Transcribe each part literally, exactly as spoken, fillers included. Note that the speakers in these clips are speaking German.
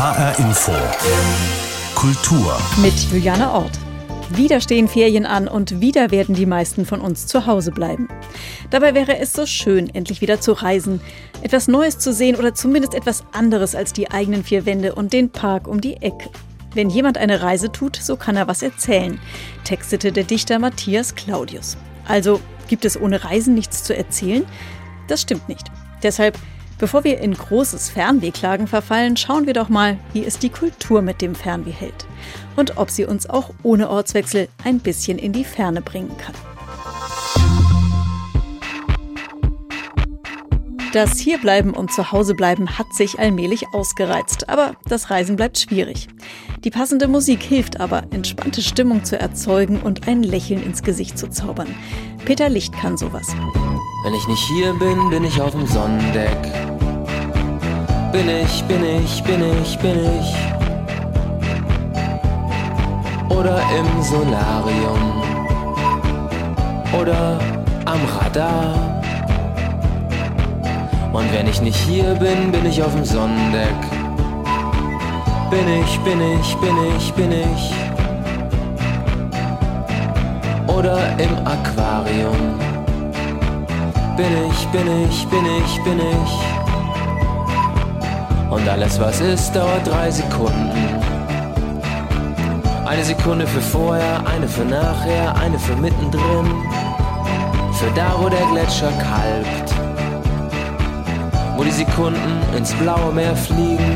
H R Info Kultur mit Juliane Ort. Wieder stehen Ferien an und wieder werden die meisten von uns zu Hause bleiben. Dabei wäre es so schön, endlich wieder zu reisen, etwas Neues zu sehen oder zumindest etwas anderes als die eigenen vier Wände und den Park um die Ecke. Wenn jemand eine Reise tut, so kann er was erzählen, textete der Dichter Matthias Claudius. Also gibt es ohne Reisen nichts zu erzählen? Das stimmt nicht. Deshalb, bevor wir in großes Fernwehklagen verfallen, schauen wir doch mal, wie es die Kultur mit dem Fernweh hält und ob sie uns auch ohne Ortswechsel ein bisschen in die Ferne bringen kann. Das Hierbleiben und Zuhausebleiben hat sich allmählich ausgereizt, aber das Reisen bleibt schwierig. Die passende Musik hilft aber, entspannte Stimmung zu erzeugen und ein Lächeln ins Gesicht zu zaubern. Peter Licht kann sowas. Wenn ich nicht hier bin, bin ich auf dem Sonnendeck. Bin ich, bin ich, bin ich, bin ich. Oder im Solarium. Oder am Radar. Und wenn ich nicht hier bin, bin ich auf dem Sonnendeck. Bin ich, bin ich, bin ich, bin ich. Oder im Aquarium. Bin ich, bin ich, bin ich, bin ich. Und alles was ist, dauert drei Sekunden. Eine Sekunde für vorher, eine für nachher, eine für mittendrin. Für da, wo der Gletscher kalbt. Wo die Sekunden ins blaue Meer fliegen.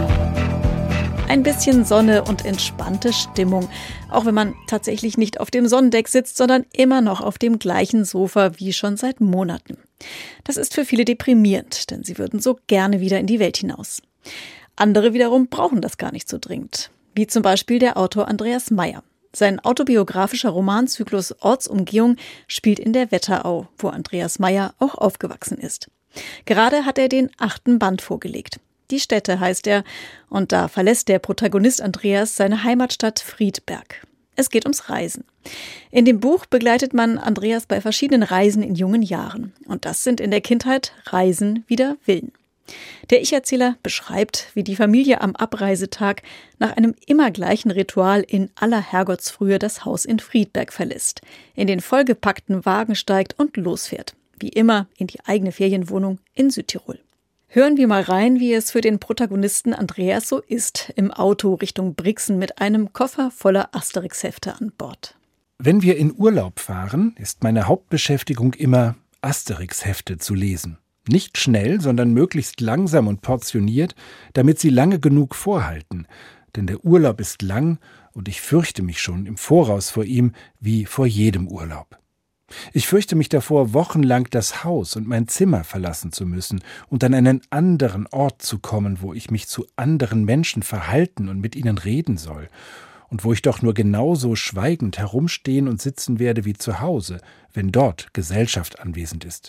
Ein bisschen Sonne und entspannte Stimmung, auch wenn man tatsächlich nicht auf dem Sonnendeck sitzt, sondern immer noch auf dem gleichen Sofa wie schon seit Monaten. Das ist für viele deprimierend, denn sie würden so gerne wieder in die Welt hinaus. Andere wiederum brauchen das gar nicht so dringend, wie zum Beispiel der Autor Andreas Maier. Sein autobiografischer Romanzyklus Ortsumgehung spielt in der Wetterau, wo Andreas Maier auch aufgewachsen ist. Gerade hat er den achten Band vorgelegt. Die Stätte heißt er, und da verlässt der Protagonist Andreas seine Heimatstadt Friedberg. Es geht ums Reisen. In dem Buch begleitet man Andreas bei verschiedenen Reisen in jungen Jahren. Und das sind in der Kindheit Reisen wider Willen. Der Ich-Erzähler beschreibt, wie die Familie am Abreisetag nach einem immer gleichen Ritual in aller Herrgottsfrühe das Haus in Friedberg verlässt, in den vollgepackten Wagen steigt und losfährt. Wie immer in die eigene Ferienwohnung in Südtirol. Hören wir mal rein, wie es für den Protagonisten Andreas so ist, im Auto Richtung Brixen mit einem Koffer voller Asterix-Hefte an Bord. Wenn wir in Urlaub fahren, ist meine Hauptbeschäftigung immer, Asterix-Hefte zu lesen. Nicht schnell, sondern möglichst langsam und portioniert, damit sie lange genug vorhalten. Denn der Urlaub ist lang und ich fürchte mich schon im Voraus vor ihm, wie vor jedem Urlaub. Ich fürchte mich davor, wochenlang das Haus und mein Zimmer verlassen zu müssen und an einen anderen Ort zu kommen, wo ich mich zu anderen Menschen verhalten und mit ihnen reden soll und wo ich doch nur genauso schweigend herumstehen und sitzen werde wie zu Hause, wenn dort Gesellschaft anwesend ist.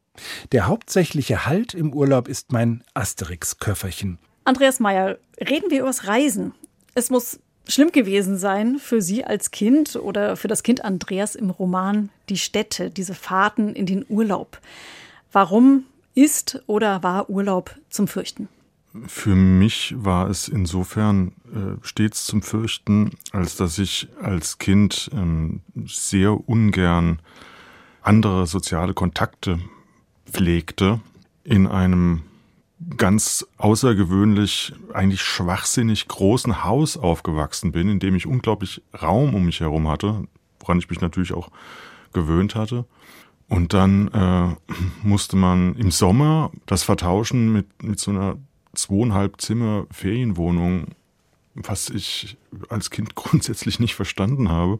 Der hauptsächliche Halt im Urlaub ist mein Asterix-Köfferchen. Andreas Maier, reden wir übers Reisen. Es muss schlimm gewesen sein für Sie als Kind oder für das Kind Andreas im Roman die Städte, diese Fahrten in den Urlaub. Warum ist oder war Urlaub zum Fürchten? Für mich war es insofern äh, stets zum Fürchten, als dass ich als Kind ähm, sehr ungern andere soziale Kontakte pflegte, in einem ganz außergewöhnlich, eigentlich schwachsinnig großen Haus aufgewachsen bin, in dem ich unglaublich Raum um mich herum hatte, woran ich mich natürlich auch gewöhnt hatte. Und dann äh, musste man im Sommer das vertauschen mit, mit so einer zweieinhalb Zimmer Ferienwohnung, was ich als Kind grundsätzlich nicht verstanden habe.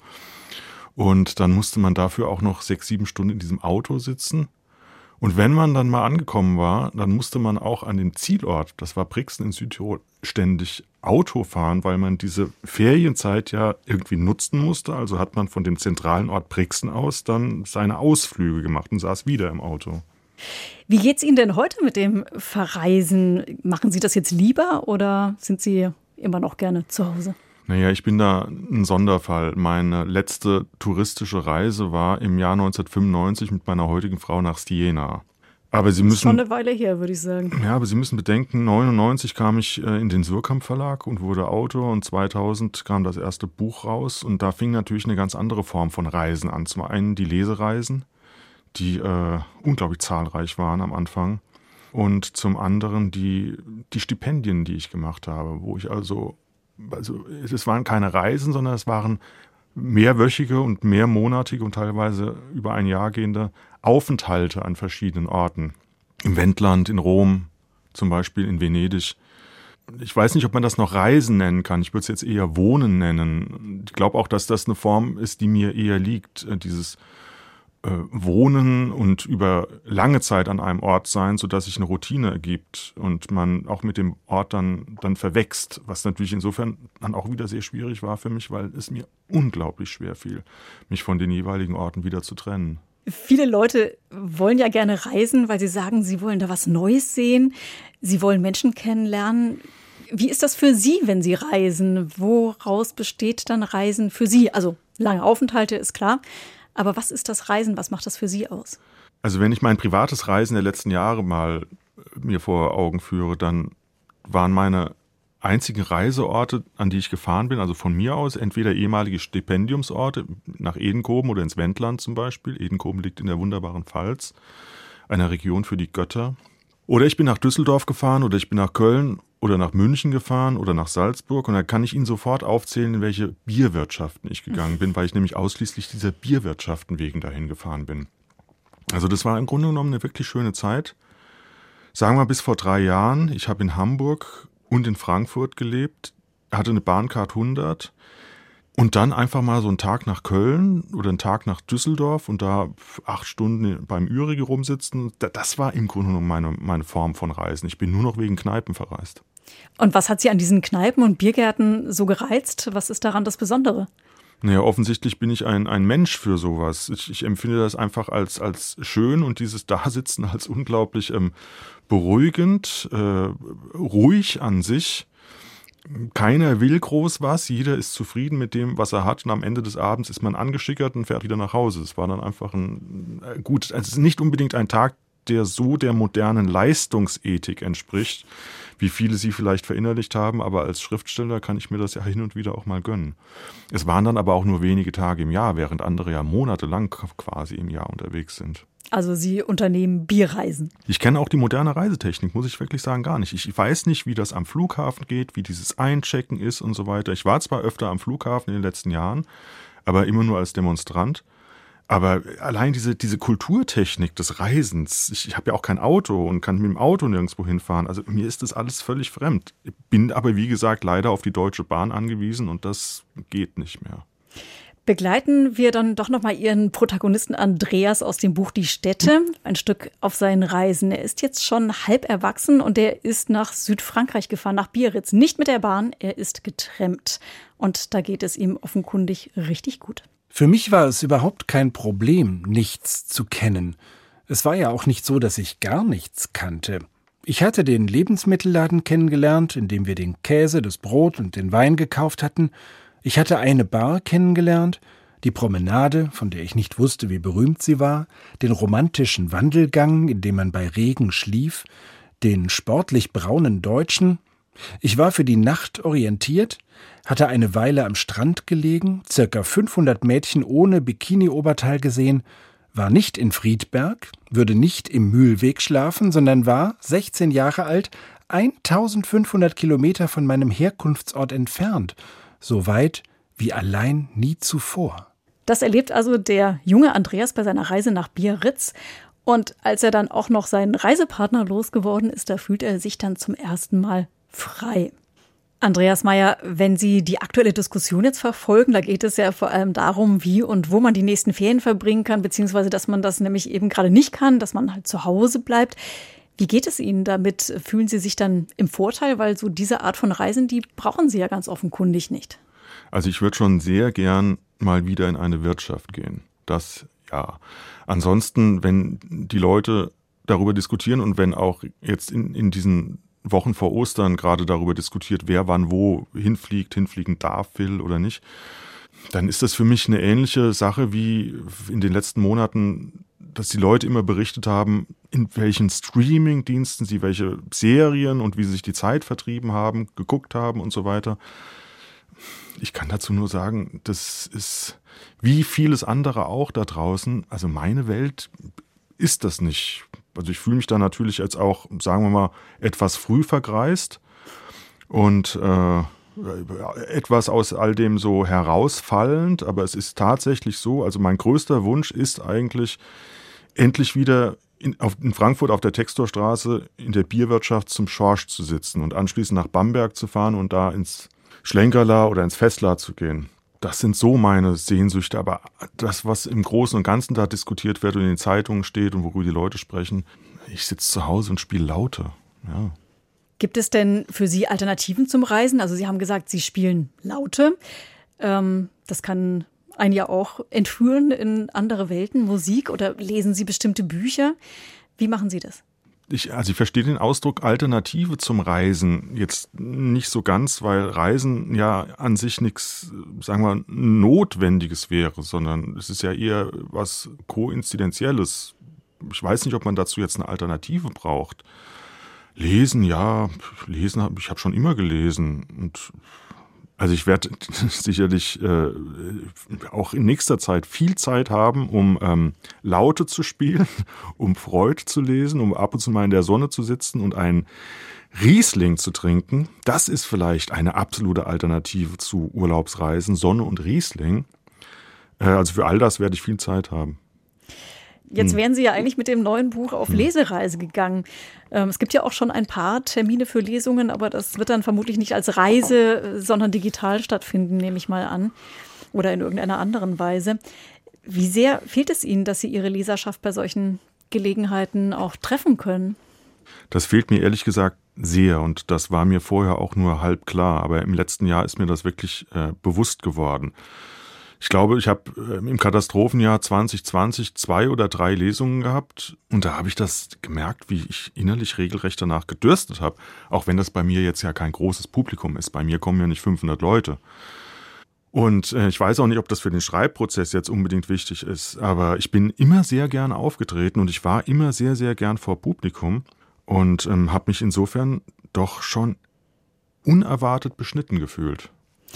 Und dann musste man dafür auch noch sechs, sieben Stunden in diesem Auto sitzen. Und wenn man dann mal angekommen war, dann musste man auch an den Zielort, das war Brixen in Südtirol, ständig Auto fahren, weil man diese Ferienzeit ja irgendwie nutzen musste. Also hat man von dem zentralen Ort Brixen aus dann seine Ausflüge gemacht und saß wieder im Auto. Wie geht's Ihnen denn heute mit dem Verreisen? Machen Sie das jetzt lieber oder sind Sie immer noch gerne zu Hause? Naja, ich bin da ein Sonderfall. Meine letzte touristische Reise war im Jahr neunzehnhundertfünfundneunzig mit meiner heutigen Frau nach Siena. Aber Sie das ist müssen, schon eine Weile her, würde ich sagen. Ja, aber Sie müssen bedenken, neunundneunzig kam ich äh, in den Surkamp Verlag und wurde Autor und zweitausend kam das erste Buch raus und da fing natürlich eine ganz andere Form von Reisen an. Zum einen die Lesereisen, die äh, unglaublich zahlreich waren am Anfang und zum anderen die, die Stipendien, die ich gemacht habe, wo ich also, also es waren keine Reisen, sondern es waren mehrwöchige und mehrmonatige und teilweise über ein Jahr gehende Aufenthalte an verschiedenen Orten. Im Wendland, in Rom, zum Beispiel in Venedig. Ich weiß nicht, ob man das noch Reisen nennen kann. Ich würde es jetzt eher Wohnen nennen. Ich glaube auch, dass das eine Form ist, die mir eher liegt. Dieses äh, Wohnen und über lange Zeit an einem Ort sein, sodass sich eine Routine ergibt und man auch mit dem Ort dann, dann verwächst. Was natürlich insofern dann auch wieder sehr schwierig war für mich, weil es mir unglaublich schwer fiel, mich von den jeweiligen Orten wieder zu trennen. Viele Leute wollen ja gerne reisen, weil sie sagen, sie wollen da was Neues sehen. Sie wollen Menschen kennenlernen. Wie ist das für Sie, wenn Sie reisen? Woraus besteht dann Reisen für Sie? Also lange Aufenthalte ist klar. Aber was ist das Reisen? Was macht das für Sie aus? Also wenn ich mein privates Reisen der letzten Jahre mal mir vor Augen führe, dann waren meine einzigen Reiseorte, an die ich gefahren bin, also von mir aus, entweder ehemalige Stipendiumsorte, nach Edenkoben oder ins Wendland zum Beispiel. Edenkoben liegt in der wunderbaren Pfalz, einer Region für die Götter. Oder ich bin nach Düsseldorf gefahren oder ich bin nach Köln oder nach München gefahren oder nach Salzburg und da kann ich Ihnen sofort aufzählen, in welche Bierwirtschaften ich gegangen bin, weil ich nämlich ausschließlich dieser Bierwirtschaften wegen dahin gefahren bin. Also das war im Grunde genommen eine wirklich schöne Zeit. Sagen wir bis vor drei Jahren. Ich habe in Hamburg und in Frankfurt gelebt, hatte eine Bahncard hundert und dann einfach mal so einen Tag nach Köln oder einen Tag nach Düsseldorf und da acht Stunden beim Ürige rumsitzen. Das war im Grunde genommen meine, meine Form von Reisen. Ich bin nur noch wegen Kneipen verreist. Und was hat Sie an diesen Kneipen und Biergärten so gereizt? Was ist daran das Besondere? Naja, offensichtlich bin ich ein, ein Mensch für sowas. Ich, ich empfinde das einfach als, als schön und dieses Dasitzen als unglaublich ähm, beruhigend, äh, ruhig an sich. Keiner will groß was, jeder ist zufrieden mit dem, was er hat und am Ende des Abends ist man angeschickert und fährt wieder nach Hause. Es war dann einfach ein, äh, gut, also es ist nicht unbedingt ein Tag, der so der modernen Leistungsethik entspricht, wie viele sie vielleicht verinnerlicht haben, aber als Schriftsteller kann ich mir das ja hin und wieder auch mal gönnen. Es waren dann aber auch nur wenige Tage im Jahr, während andere ja monatelang quasi im Jahr unterwegs sind. Also Sie unternehmen Bierreisen. Ich kenne auch die moderne Reisetechnik, muss ich wirklich sagen, gar nicht. Ich weiß nicht, wie das am Flughafen geht, wie dieses Einchecken ist und so weiter. Ich war zwar öfter am Flughafen in den letzten Jahren, aber immer nur als Demonstrant. Aber allein diese, diese Kulturtechnik des Reisens, ich, ich habe ja auch kein Auto und kann mit dem Auto nirgendwo hinfahren. Also mir ist das alles völlig fremd. Ich bin aber, wie gesagt, leider auf die Deutsche Bahn angewiesen und das geht nicht mehr. Begleiten wir dann doch nochmal Ihren Protagonisten Andreas aus dem Buch Die Städte, ein Stück auf seinen Reisen. Er ist jetzt schon halb erwachsen und er ist nach Südfrankreich gefahren, nach Biarritz. Nicht mit der Bahn, er ist getrampt. Und da geht es ihm offenkundig richtig gut. Für mich war es überhaupt kein Problem, nichts zu kennen. Es war ja auch nicht so, dass ich gar nichts kannte. Ich hatte den Lebensmittelladen kennengelernt, in dem wir den Käse, das Brot und den Wein gekauft hatten. Ich hatte eine Bar kennengelernt, die Promenade, von der ich nicht wusste, wie berühmt sie war, den romantischen Wandelgang, in dem man bei Regen schlief, den sportlich braunen Deutschen. Ich war für die Nacht orientiert, hatte eine Weile am Strand gelegen, circa fünfhundert Mädchen ohne Bikini-Oberteil gesehen, war nicht in Friedberg, würde nicht im Mühlweg schlafen, sondern war, sechzehn Jahre alt, eintausendfünfhundert Kilometer von meinem Herkunftsort entfernt, so weit wie allein nie zuvor. Das erlebt also der junge Andreas bei seiner Reise nach Biarritz. Und als er dann auch noch seinen Reisepartner losgeworden ist, da fühlt er sich dann zum ersten Mal frei. Andreas Meier, wenn Sie die aktuelle Diskussion jetzt verfolgen, da geht es ja vor allem darum, wie und wo man die nächsten Ferien verbringen kann, beziehungsweise dass man das nämlich eben gerade nicht kann, dass man halt zu Hause bleibt. Wie geht es Ihnen damit? Fühlen Sie sich dann im Vorteil? Weil so diese Art von Reisen, die brauchen Sie ja ganz offenkundig nicht. Also ich würde schon sehr gern mal wieder in eine Wirtschaft gehen. Das ja. Ansonsten, wenn die Leute darüber diskutieren und wenn auch jetzt in, in diesen Wochen vor Ostern gerade darüber diskutiert, wer wann wo hinfliegt, hinfliegen darf, will oder nicht, dann ist das für mich eine ähnliche Sache wie in den letzten Monaten dass die Leute immer berichtet haben, in welchen Streaming-Diensten sie welche Serien und wie sie sich die Zeit vertrieben haben, geguckt haben und so weiter. Ich kann dazu nur sagen, das ist wie vieles andere auch da draußen. Also meine Welt ist das nicht. Also ich fühle mich da natürlich jetzt auch, sagen wir mal, etwas früh vergreist und äh, etwas aus all dem so herausfallend, aber es ist tatsächlich so, also mein größter Wunsch ist eigentlich, endlich wieder in, auf, in Frankfurt auf der Textorstraße in der Bierwirtschaft zum Schorsch zu sitzen und anschließend nach Bamberg zu fahren und da ins Schlenkerla oder ins Festla zu gehen. Das sind so meine Sehnsüchte, aber das, was im Großen und Ganzen da diskutiert wird und in den Zeitungen steht und worüber die Leute sprechen, ich sitze zu Hause und spiele Laute, ja. Gibt es denn für Sie Alternativen zum Reisen? Also Sie haben gesagt, Sie spielen Laute. Ähm, das kann einen ja auch entführen in andere Welten, Musik, oder lesen Sie bestimmte Bücher? Wie machen Sie das? Ich, also ich verstehe den Ausdruck Alternative zum Reisen jetzt nicht so ganz, weil Reisen ja an sich nichts, sagen wir, Notwendiges wäre, sondern es ist ja eher was Koinzidentielles. Ich weiß nicht, ob man dazu jetzt eine Alternative braucht. Lesen, ja, lesen habe ich habe schon immer gelesen und also ich werde sicherlich äh, auch in nächster Zeit viel Zeit haben, um ähm, Laute zu spielen, um Freud zu lesen, um ab und zu mal in der Sonne zu sitzen und einen Riesling zu trinken. Das ist vielleicht eine absolute Alternative zu Urlaubsreisen, Sonne und Riesling. Äh, also für all das werde ich viel Zeit haben. Jetzt wären Sie ja eigentlich mit dem neuen Buch auf Lesereise gegangen. Ähm, es gibt ja auch schon ein paar Termine für Lesungen, aber das wird dann vermutlich nicht als Reise, sondern digital stattfinden, nehme ich mal an. Oder in irgendeiner anderen Weise. Wie sehr fehlt es Ihnen, dass Sie Ihre Leserschaft bei solchen Gelegenheiten auch treffen können? Das fehlt mir ehrlich gesagt sehr und das war mir vorher auch nur halb klar. Aber im letzten Jahr ist mir das wirklich äh, bewusst geworden. Ich glaube, ich habe im Katastrophenjahr zwanzig zwanzig zwei oder drei Lesungen gehabt und da habe ich das gemerkt, wie ich innerlich regelrecht danach gedürstet habe. Auch wenn das bei mir jetzt ja kein großes Publikum ist. Bei mir kommen ja nicht fünfhundert Leute. Und äh, ich weiß auch nicht, ob das für den Schreibprozess jetzt unbedingt wichtig ist, aber ich bin immer sehr gern aufgetreten und ich war immer sehr, sehr gern vor Publikum und ähm, habe mich insofern doch schon unerwartet beschnitten gefühlt.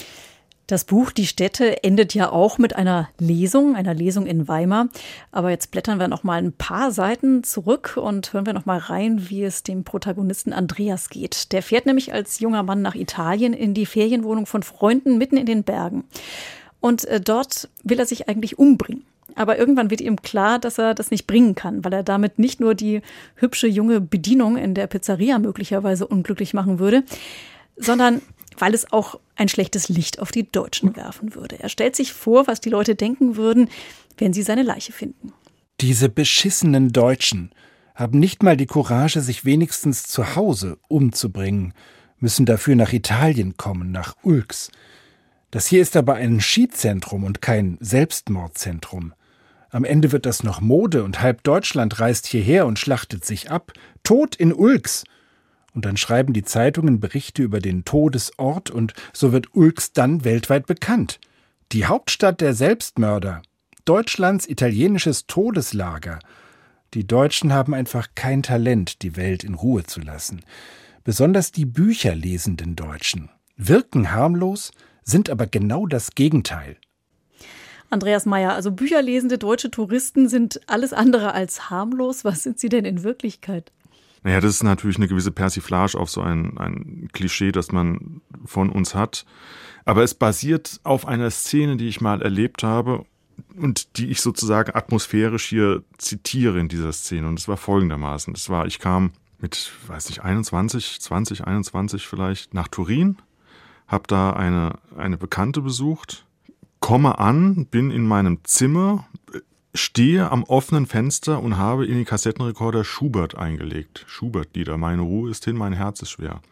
Das Buch Die Städte endet ja auch mit einer Lesung, einer Lesung in Weimar. Aber jetzt blättern wir noch mal ein paar Seiten zurück und hören wir noch mal rein, wie es dem Protagonisten Andreas geht. Der fährt nämlich als junger Mann nach Italien in die Ferienwohnung von Freunden mitten in den Bergen. Und äh, dort will er sich eigentlich umbringen. Aber irgendwann wird ihm klar, dass er das nicht bringen kann, weil er damit nicht nur die hübsche junge Bedienung in der Pizzeria möglicherweise unglücklich machen würde, sondern weil es auch ein schlechtes Licht auf die Deutschen werfen würde. Er stellt sich vor, was die Leute denken würden, wenn sie seine Leiche finden. Diese beschissenen Deutschen haben nicht mal die Courage, sich wenigstens zu Hause umzubringen, müssen dafür nach Italien kommen, nach Ulks. Das hier ist aber ein Skizentrum und kein Selbstmordzentrum. Am Ende wird das noch Mode und halb Deutschland reist hierher und schlachtet sich ab. Tod in Ulks! Und dann schreiben die Zeitungen Berichte über den Todesort und so wird Ulks dann weltweit bekannt. Die Hauptstadt der Selbstmörder. Deutschlands italienisches Todeslager. Die Deutschen haben einfach kein Talent, die Welt in Ruhe zu lassen. Besonders die bücherlesenden Deutschen. Wirken harmlos, sind aber genau das Gegenteil. Andreas Meier, also bücherlesende deutsche Touristen sind alles andere als harmlos. Was sind sie denn in Wirklichkeit? Naja, das ist natürlich eine gewisse Persiflage auf so ein, ein Klischee, das man von uns hat. Aber es basiert auf einer Szene, die ich mal erlebt habe und die ich sozusagen atmosphärisch hier zitiere in dieser Szene. Und es war folgendermaßen. Das war, ich kam mit, weiß ich, einundzwanzig, zwanzig, einundzwanzig vielleicht nach Turin, habe da eine, eine Bekannte besucht, komme an, bin in meinem Zimmer, stehe am offenen Fenster und habe in den Kassettenrekorder Schubert eingelegt. Schubert-Lieder, meine Ruhe ist hin, mein Herz ist schwer.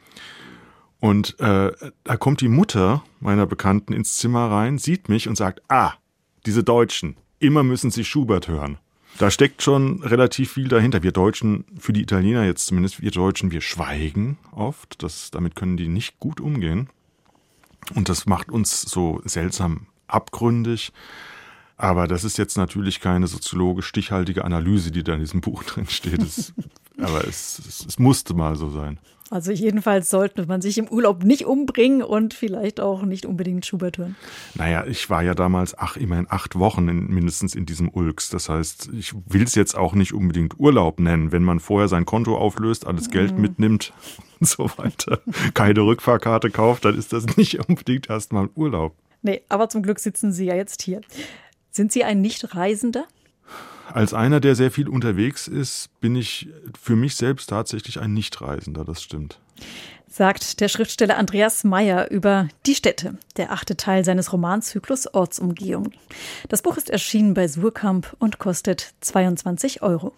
Und äh, da kommt die Mutter meiner Bekannten ins Zimmer rein, sieht mich und sagt, ah, diese Deutschen, immer müssen sie Schubert hören. Da steckt schon relativ viel dahinter. Wir Deutschen, für die Italiener jetzt zumindest, wir Deutschen, wir schweigen oft. Das, damit können die nicht gut umgehen. Und das macht uns so seltsam abgründig. Aber das ist jetzt natürlich keine soziologisch stichhaltige Analyse, die da in diesem Buch drin steht. Es, aber es, es, es musste mal so sein. Also jedenfalls sollte man sich im Urlaub nicht umbringen und vielleicht auch nicht unbedingt Schubert hören. Naja, ich war ja damals, ach, immerhin acht Wochen in, mindestens in diesem Ulks. Das heißt, ich will es jetzt auch nicht unbedingt Urlaub nennen, wenn man vorher sein Konto auflöst, alles Geld mhm. mitnimmt und so weiter, keine Rückfahrkarte kauft, dann ist das nicht unbedingt erstmal Urlaub. Nee, aber zum Glück sitzen Sie ja jetzt hier. Sind Sie ein Nichtreisender? Als einer, der sehr viel unterwegs ist, bin ich für mich selbst tatsächlich ein Nichtreisender, das stimmt. Sagt der Schriftsteller Andreas Meier über Die Städte, der achte Teil seines Romanzyklus Ortsumgehung. Das Buch ist erschienen bei Suhrkamp und kostet zweiundzwanzig Euro.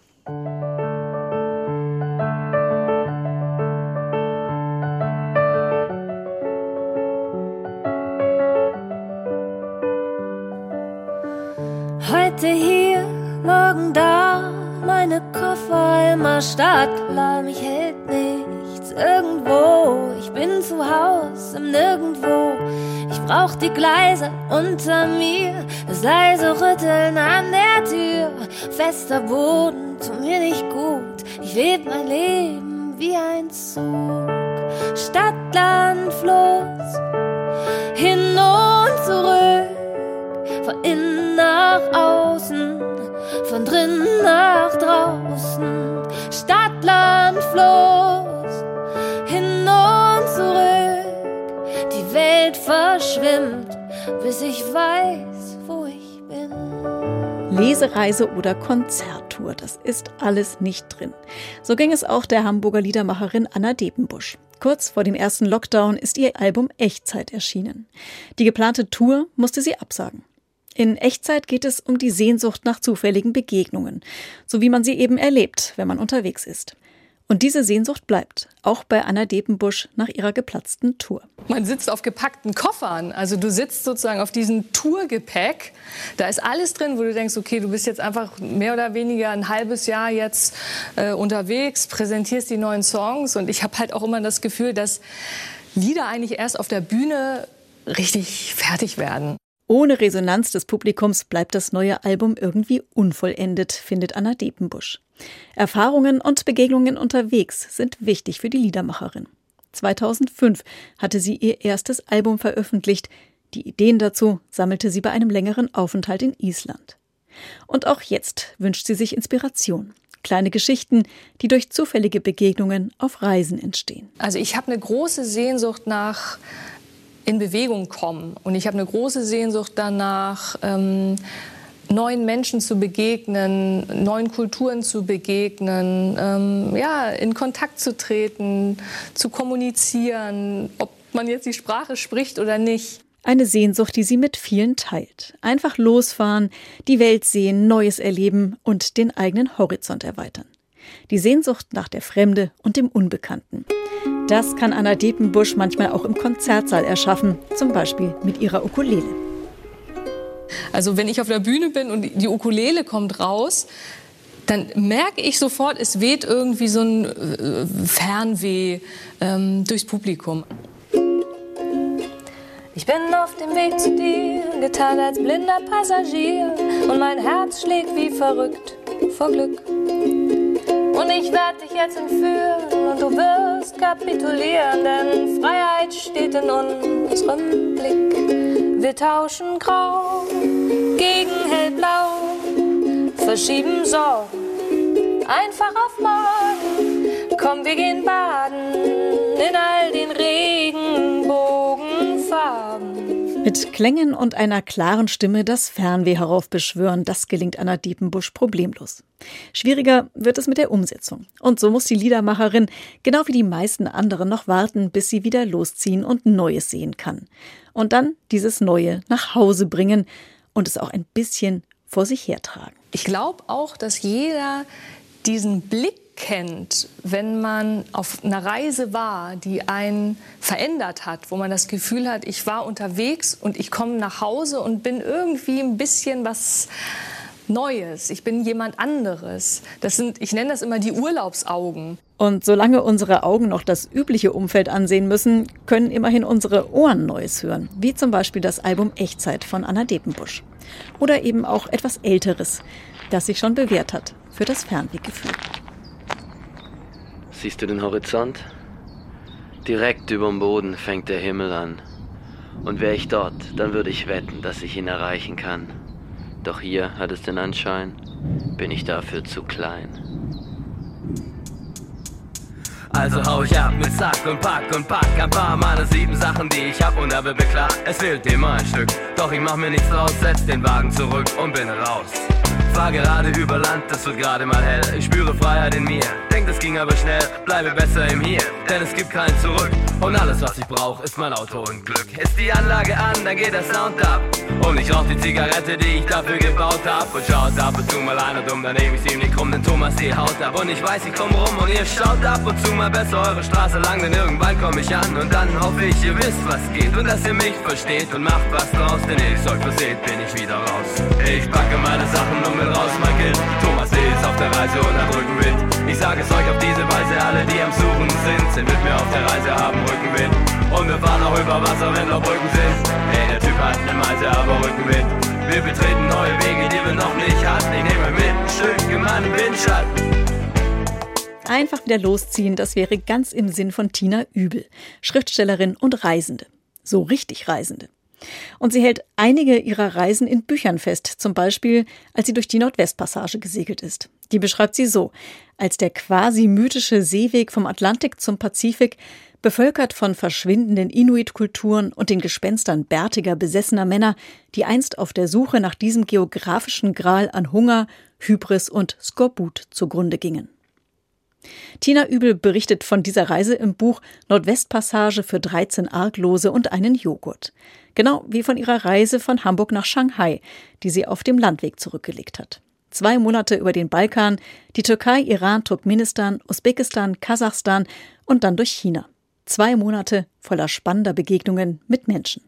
Heute hier, morgen da, meine Koffer immer startklar, mich hält nichts irgendwo. Ich bin zu Haus im Nirgendwo. Ich brauch die Gleise unter mir, das leise Rütteln an der Tür. Fester Boden, tut mir nicht gut. Ich leb mein Leben wie ein Zug. Stadt, Land, Fluss, hin und zurück, von innen nach außen, von drinnen nach draußen. Stadt, Land, Fluss, hin und zurück. Die Welt verschwimmt, bis ich weiß, wo ich bin. Lesereise oder Konzerttour, das ist alles nicht drin. So ging es auch der Hamburger Liedermacherin Anna Depenbusch. Kurz vor dem ersten Lockdown ist ihr Album Echtzeit erschienen. Die geplante Tour musste sie absagen. In Echtzeit geht es um die Sehnsucht nach zufälligen Begegnungen, so wie man sie eben erlebt, wenn man unterwegs ist. Und diese Sehnsucht bleibt, auch bei Anna Depenbusch nach ihrer geplatzten Tour. Man sitzt auf gepackten Koffern, also du sitzt sozusagen auf diesem Tourgepäck. Da ist alles drin, wo du denkst, okay, du bist jetzt einfach mehr oder weniger ein halbes Jahr jetzt äh, unterwegs, präsentierst die neuen Songs. Und ich habe halt auch immer das Gefühl, dass Lieder eigentlich erst auf der Bühne richtig fertig werden. Ohne Resonanz des Publikums bleibt das neue Album irgendwie unvollendet, findet Anna Depenbusch. Erfahrungen und Begegnungen unterwegs sind wichtig für die Liedermacherin. zweitausendfünf hatte sie ihr erstes Album veröffentlicht. Die Ideen dazu sammelte sie bei einem längeren Aufenthalt in Island. Und auch jetzt wünscht sie sich Inspiration. Kleine Geschichten, die durch zufällige Begegnungen auf Reisen entstehen. Also ich habe eine große Sehnsucht nach in Bewegung kommen. Und ich habe eine große Sehnsucht danach, ähm, neuen Menschen zu begegnen, neuen Kulturen zu begegnen, ähm, ja, in Kontakt zu treten, zu kommunizieren, ob man jetzt die Sprache spricht oder nicht. Eine Sehnsucht, die sie mit vielen teilt. Einfach losfahren, die Welt sehen, Neues erleben und den eigenen Horizont erweitern. Die Sehnsucht nach der Fremde und dem Unbekannten. Das kann Anna Depenbusch manchmal auch im Konzertsaal erschaffen, zum Beispiel mit ihrer Ukulele. Also wenn ich auf der Bühne bin und die Ukulele kommt raus, dann merke ich sofort, es weht irgendwie so ein äh, Fernweh ähm, durchs Publikum. Ich bin auf dem Weg zu dir, getan als blinder Passagier, und mein Herz schlägt wie verrückt vor Glück. Und ich werde dich jetzt entführen und du wirst kapitulieren, denn Freiheit steht in unserem Blick. Wir tauschen Grau gegen Hellblau, verschieben Sorgen einfach auf morgen. Komm, wir gehen baden in all den Regenbogenfarben. Mit Klängen und einer klaren Stimme das Fernweh heraufbeschwören, das gelingt Anna Depenbusch problemlos. Schwieriger wird es mit der Umsetzung. Und so muss die Liedermacherin, genau wie die meisten anderen, noch warten, bis sie wieder losziehen und Neues sehen kann. Und dann dieses Neue nach Hause bringen und es auch ein bisschen vor sich hertragen. Ich glaube auch, dass jeder diesen Blick kennt, wenn man auf einer Reise war, die einen verändert hat, wo man das Gefühl hat, ich war unterwegs und ich komme nach Hause und bin irgendwie ein bisschen was Neues, ich bin jemand anderes. Das sind, ich nenne das immer die Urlaubsaugen. Und solange unsere Augen noch das übliche Umfeld ansehen müssen, können immerhin unsere Ohren Neues hören. Wie zum Beispiel das Album Echtzeit von Anna Depenbusch. Oder eben auch etwas Älteres, das sich schon bewährt hat für das Fernwehgefühl. Siehst du den Horizont? Direkt überm Boden fängt der Himmel an. Und wäre ich dort, dann würde ich wetten, dass ich ihn erreichen kann. Doch hier hat es den Anschein, bin ich dafür zu klein. Also hau ich ab mit Sack und Pack und pack ein paar meiner sieben Sachen, die ich hab, und da wird mir klar, es fehlt immer ein Stück. Doch ich mach mir nichts draus, setz den Wagen zurück und bin raus. Fahr gerade über Land, es wird gerade mal hell. Ich spüre Freiheit in mir, denk, das ging aber schnell. Bleibe besser im Hier, denn es gibt kein Zurück. Und alles, was ich brauch, ist mein Auto und Glück. Ist die Anlage an, dann geht der Sound ab. Und ich rauch die Zigarette, die ich dafür gebaut hab. Und schaut ab und zu mal einer dumm, dann nehm ich's ihm nicht krumm, denn Thomas die haut ab. Und ich weiß, ich komm rum und ihr schaut ab und zu mal besser eure Straße lang, denn irgendwann komm ich an. Und dann hoffe ich, ihr wisst, was geht und dass ihr mich versteht und macht was draus, denn ehe ich's euch verseht, bin ich wieder raus. Ich packe meine Sachen und bin raus, mein Kind. Thomas D. ist auf der Reise und hat Rückenwind. Ich sag es euch auf diese Weise, alle die am Suchen sind, sind mit mir auf der Reise, haben Rückenwind. Und wir fahren auch über Wasser, wenn noch Brücken sind. Hey, der Typ hat eine Meise, aber Rückenwind. Wir betreten neue Wege, die wir noch nicht hatten. Ich nehme mit ein Stück in meinem Windschatten. Einfach wieder losziehen, das wäre ganz im Sinn von Tina Übel, Schriftstellerin und Reisende. So richtig Reisende. Und sie hält einige ihrer Reisen in Büchern fest, zum Beispiel, als sie durch die Nordwestpassage gesegelt ist. Die beschreibt sie so: als der quasi mythische Seeweg vom Atlantik zum Pazifik, bevölkert von verschwindenden Inuit-Kulturen und den Gespenstern bärtiger, besessener Männer, die einst auf der Suche nach diesem geografischen Gral an Hunger, Hybris und Skorbut zugrunde gingen. Tina Übel berichtet von dieser Reise im Buch Nordwestpassage für dreizehn Arglose und einen Joghurt. Genau wie von ihrer Reise von Hamburg nach Shanghai, die sie auf dem Landweg zurückgelegt hat. Zwei Monate über den Balkan, die Türkei, Iran, Turkmenistan, Usbekistan, Kasachstan und dann durch China. Zwei Monate voller spannender Begegnungen mit Menschen.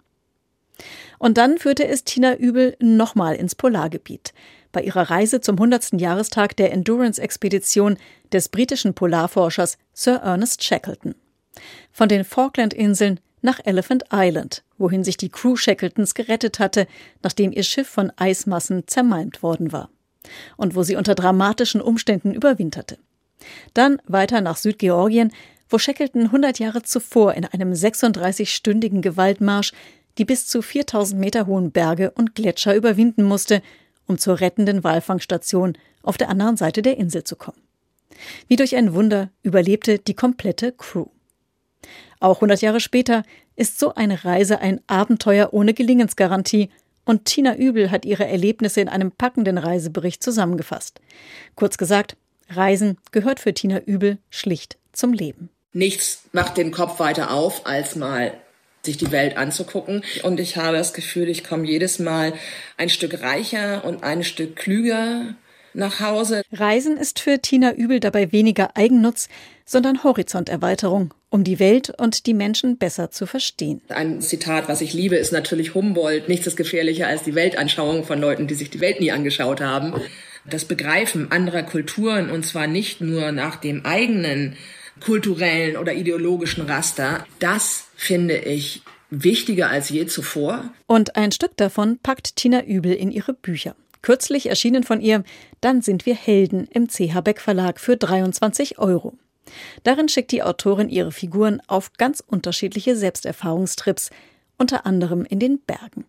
Und dann führte es Tina Übel nochmal ins Polargebiet. Bei ihrer Reise zum hundertsten Jahrestag der Endurance-Expedition des britischen Polarforschers Sir Ernest Shackleton. Von den Falklandinseln nach Elephant Island, wohin sich die Crew Shackletons gerettet hatte, nachdem ihr Schiff von Eismassen zermalmt worden war. Und wo sie unter dramatischen Umständen überwinterte. Dann weiter nach Südgeorgien, wo Shackleton hundert Jahre zuvor in einem sechsunddreißigstündigen Gewaltmarsch die bis zu viertausend Meter hohen Berge und Gletscher überwinden musste, um zur rettenden Walfangstation auf der anderen Seite der Insel zu kommen. Wie durch ein Wunder überlebte die komplette Crew. Auch hundert Jahre später ist so eine Reise ein Abenteuer ohne Gelingensgarantie, und Tina Übel hat ihre Erlebnisse in einem packenden Reisebericht zusammengefasst. Kurz gesagt, Reisen gehört für Tina Übel schlicht zum Leben. Nichts macht den Kopf weiter auf, als mal sich die Welt anzugucken. Und ich habe das Gefühl, ich komme jedes Mal ein Stück reicher und ein Stück klüger nach Hause. Reisen ist für Tina Übel dabei weniger Eigennutz, sondern Horizonterweiterung, um die Welt und die Menschen besser zu verstehen. Ein Zitat, was ich liebe, ist natürlich Humboldt. Nichts ist gefährlicher als die Weltanschauung von Leuten, die sich die Welt nie angeschaut haben. Das Begreifen anderer Kulturen, und zwar nicht nur nach dem eigenen kulturellen oder ideologischen Raster, das finde ich wichtiger als je zuvor. Und ein Stück davon packt Tina Übel in ihre Bücher. Kürzlich erschienen von ihr Dann sind wir Helden im C H Beck Verlag für dreiundzwanzig Euro. Darin schickt die Autorin ihre Figuren auf ganz unterschiedliche Selbsterfahrungstrips, unter anderem in den Bergen.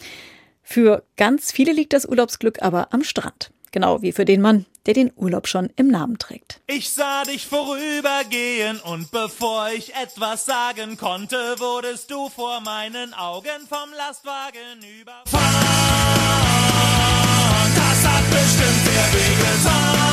Für ganz viele liegt das Urlaubsglück aber am Strand. Genau wie für den Mann, der den Urlaub schon im Namen trägt. Ich sah dich vorübergehen und bevor ich etwas sagen konnte, wurdest du vor meinen Augen vom Lastwagen überfahren. Das hat bestimmt sehr wehgetan.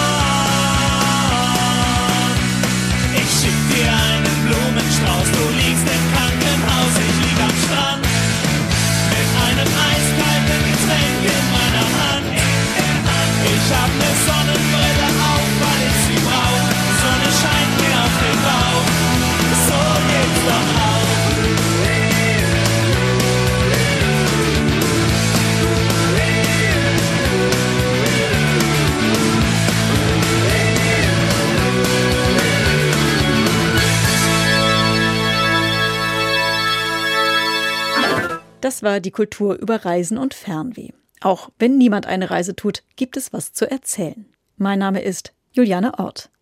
Ich schick dir einen Blumenstrauß, du liegst im Krankenhaus, ich lieg am Strand. Mit einem eiskalten Getränk in meiner Hand. Ich hab ne Sonnenbrille auf, weil ich sie brauch. Sonne scheint mir auf den Bauch. So geht's doch auch. Das war die Kultur über Reisen und Fernweh. Auch wenn niemand eine Reise tut, gibt es was zu erzählen. Mein Name ist Juliane Orth.